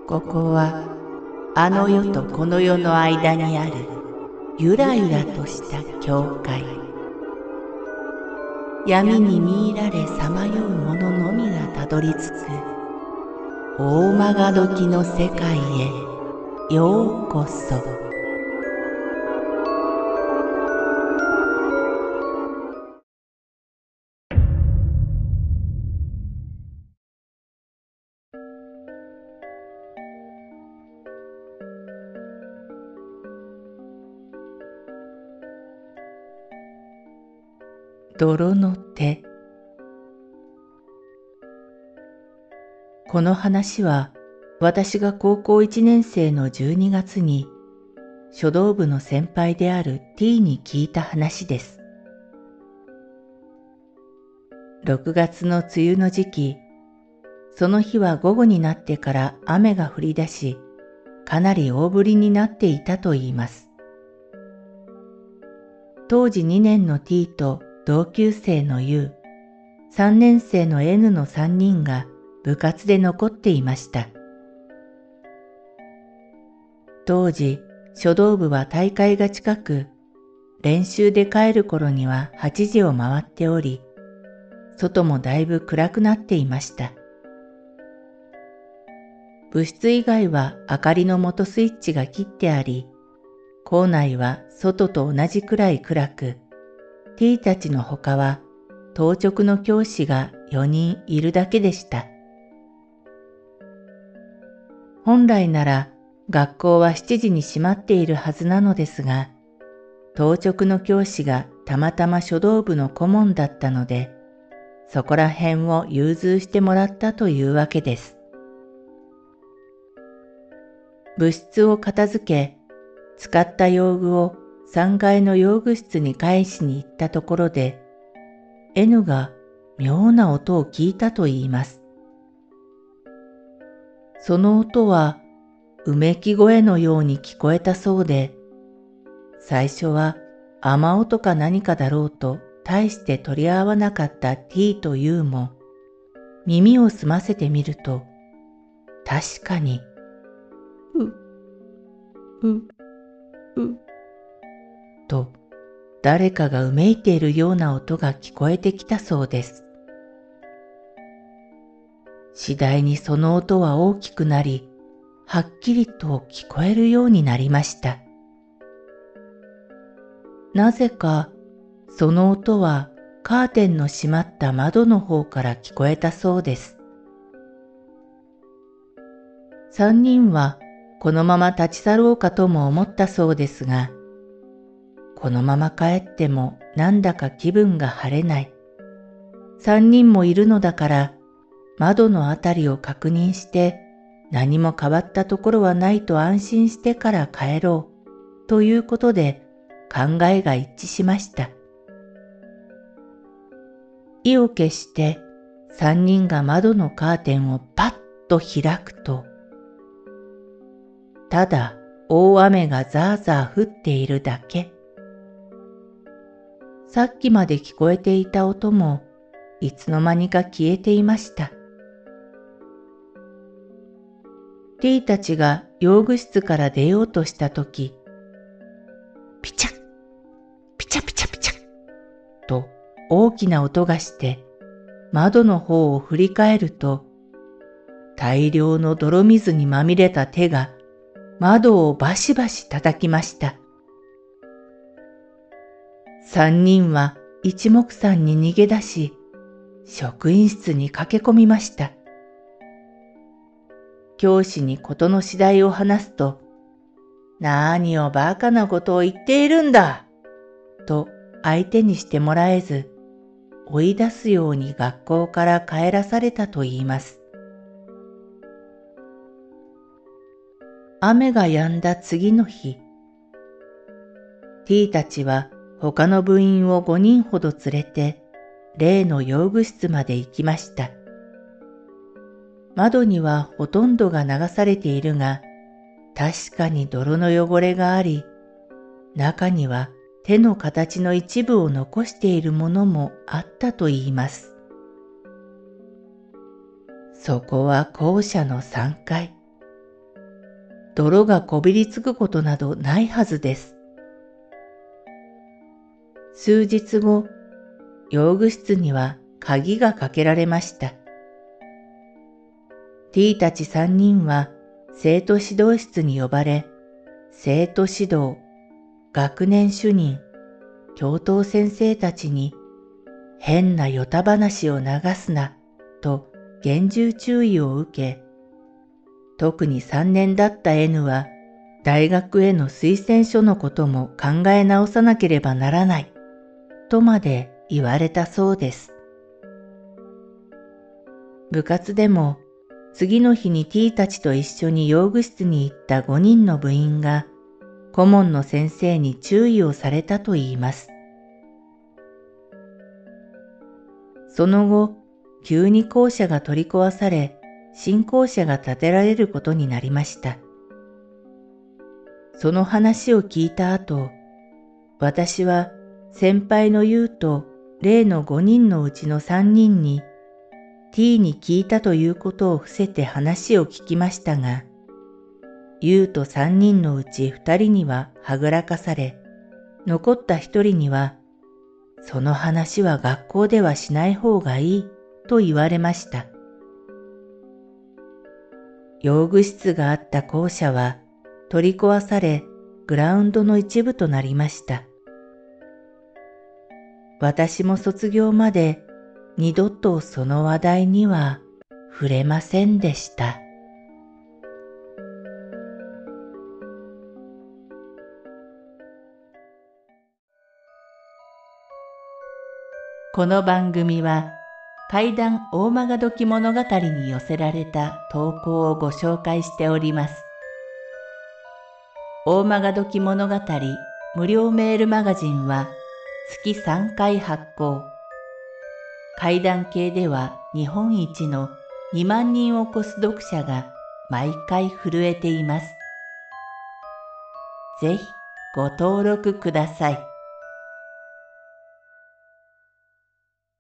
ここはあの世とこの世の間にあるゆらゆらとした境界。闇に見入られさまよう者のみがたどり着く大曲時の世界へようこそ。泥の手。この話は私が高校1年生の12月に書道部の先輩である T に聞いた話です。6月の梅雨の時期、その日は午後になってから雨が降り出し、かなり大降りになっていたといいます。当時2年の T と同級生の U、3年生の N の3人が部活で残っていました。当時、書道部は大会が近く、練習で帰る頃には8時を回っており、外もだいぶ暗くなっていました。部室以外は明かりの元スイッチが切ってあり、校内は外と同じくらい暗く、T たちのほかは当直の教師が4人いるだけでした。本来なら学校は7時に閉まっているはずなのですが、当直の教師がたまたま書道部の顧問だったので、そこら辺を融通してもらったというわけです。部室を片付け、使った用具を3階の用具室に返しに行ったところで、N が妙な音を聞いたと言います。その音はうめき声のように聞こえたそうで、最初は雨音か何かだろうと大して取り合わなかった T と U も、耳を澄ませてみると、確かに、と誰かがうめいているような音が聞こえてきたそうです。次第にその音は大きくなり、はっきりと聞こえるようになりました。なぜかその音はカーテンの閉まった窓の方から聞こえたそうです。三人はこのまま立ち去ろうかとも思ったそうですが、このまま帰ってもなんだか気分が晴れない。三人もいるのだから窓のあたりを確認して何も変わったところはないと安心してから帰ろうということで考えが一致しました。意を決して三人が窓のカーテンをパッと開くと、ただ大雨がザーザー降っているだけ。さっきまで聞こえていた音もいつの間にか消えていました。T たちが用具室から出ようとしたとき、ピチャッ、ピチャピチャピチャッと大きな音がして窓の方を振り返ると、大量の泥水にまみれた手が窓をバシバシ叩きました。三人は一目散に逃げ出し、職員室に駆け込みました。教師に事の次第を話すと、何をバカなことを言っているんだと相手にしてもらえず、追い出すように学校から帰らされたといいます。雨が止んだ次の日、T たちは他の部員を5人ほど連れて、例の用具室まで行きました。窓にはほとんどが流されているが、確かに泥の汚れがあり、中には手の形の一部を残しているものもあったといいます。そこは校舎の3階。 泥がこびりつくことなどないはずです。数日後、用具室には鍵がかけられました。T たち3人は生徒指導室に呼ばれ、生徒指導、学年主任、教頭先生たちに変なよた話を流すなと厳重注意を受け、特に3年だった N は大学への推薦書のことも考え直さなければならないとまで言われたそうです。部活でも次の日に T たちと一緒に用具室に行った5人の部員が顧問の先生に注意をされたといいます。その後、急に校舎が取り壊され、新校舎が建てられることになりました。その話を聞いた後、私は先輩の優と例の5人のうちの3人に T に聞いたということを伏せて話を聞きましたが、優と3人のうち2人にははぐらかされ、残った1人には、その話は学校ではしない方がいいと言われました。用具室があった校舎は取り壊され、グラウンドの一部となりました。私も卒業まで二度とその話題には触れませんでした。この番組は怪談大曲どき物語に寄せられた投稿をご紹介しております。大曲どき物語無料メールマガジンは月3回発行。怪談系では日本一の2万人を超す読者が毎回震えています。ぜひご登録ください。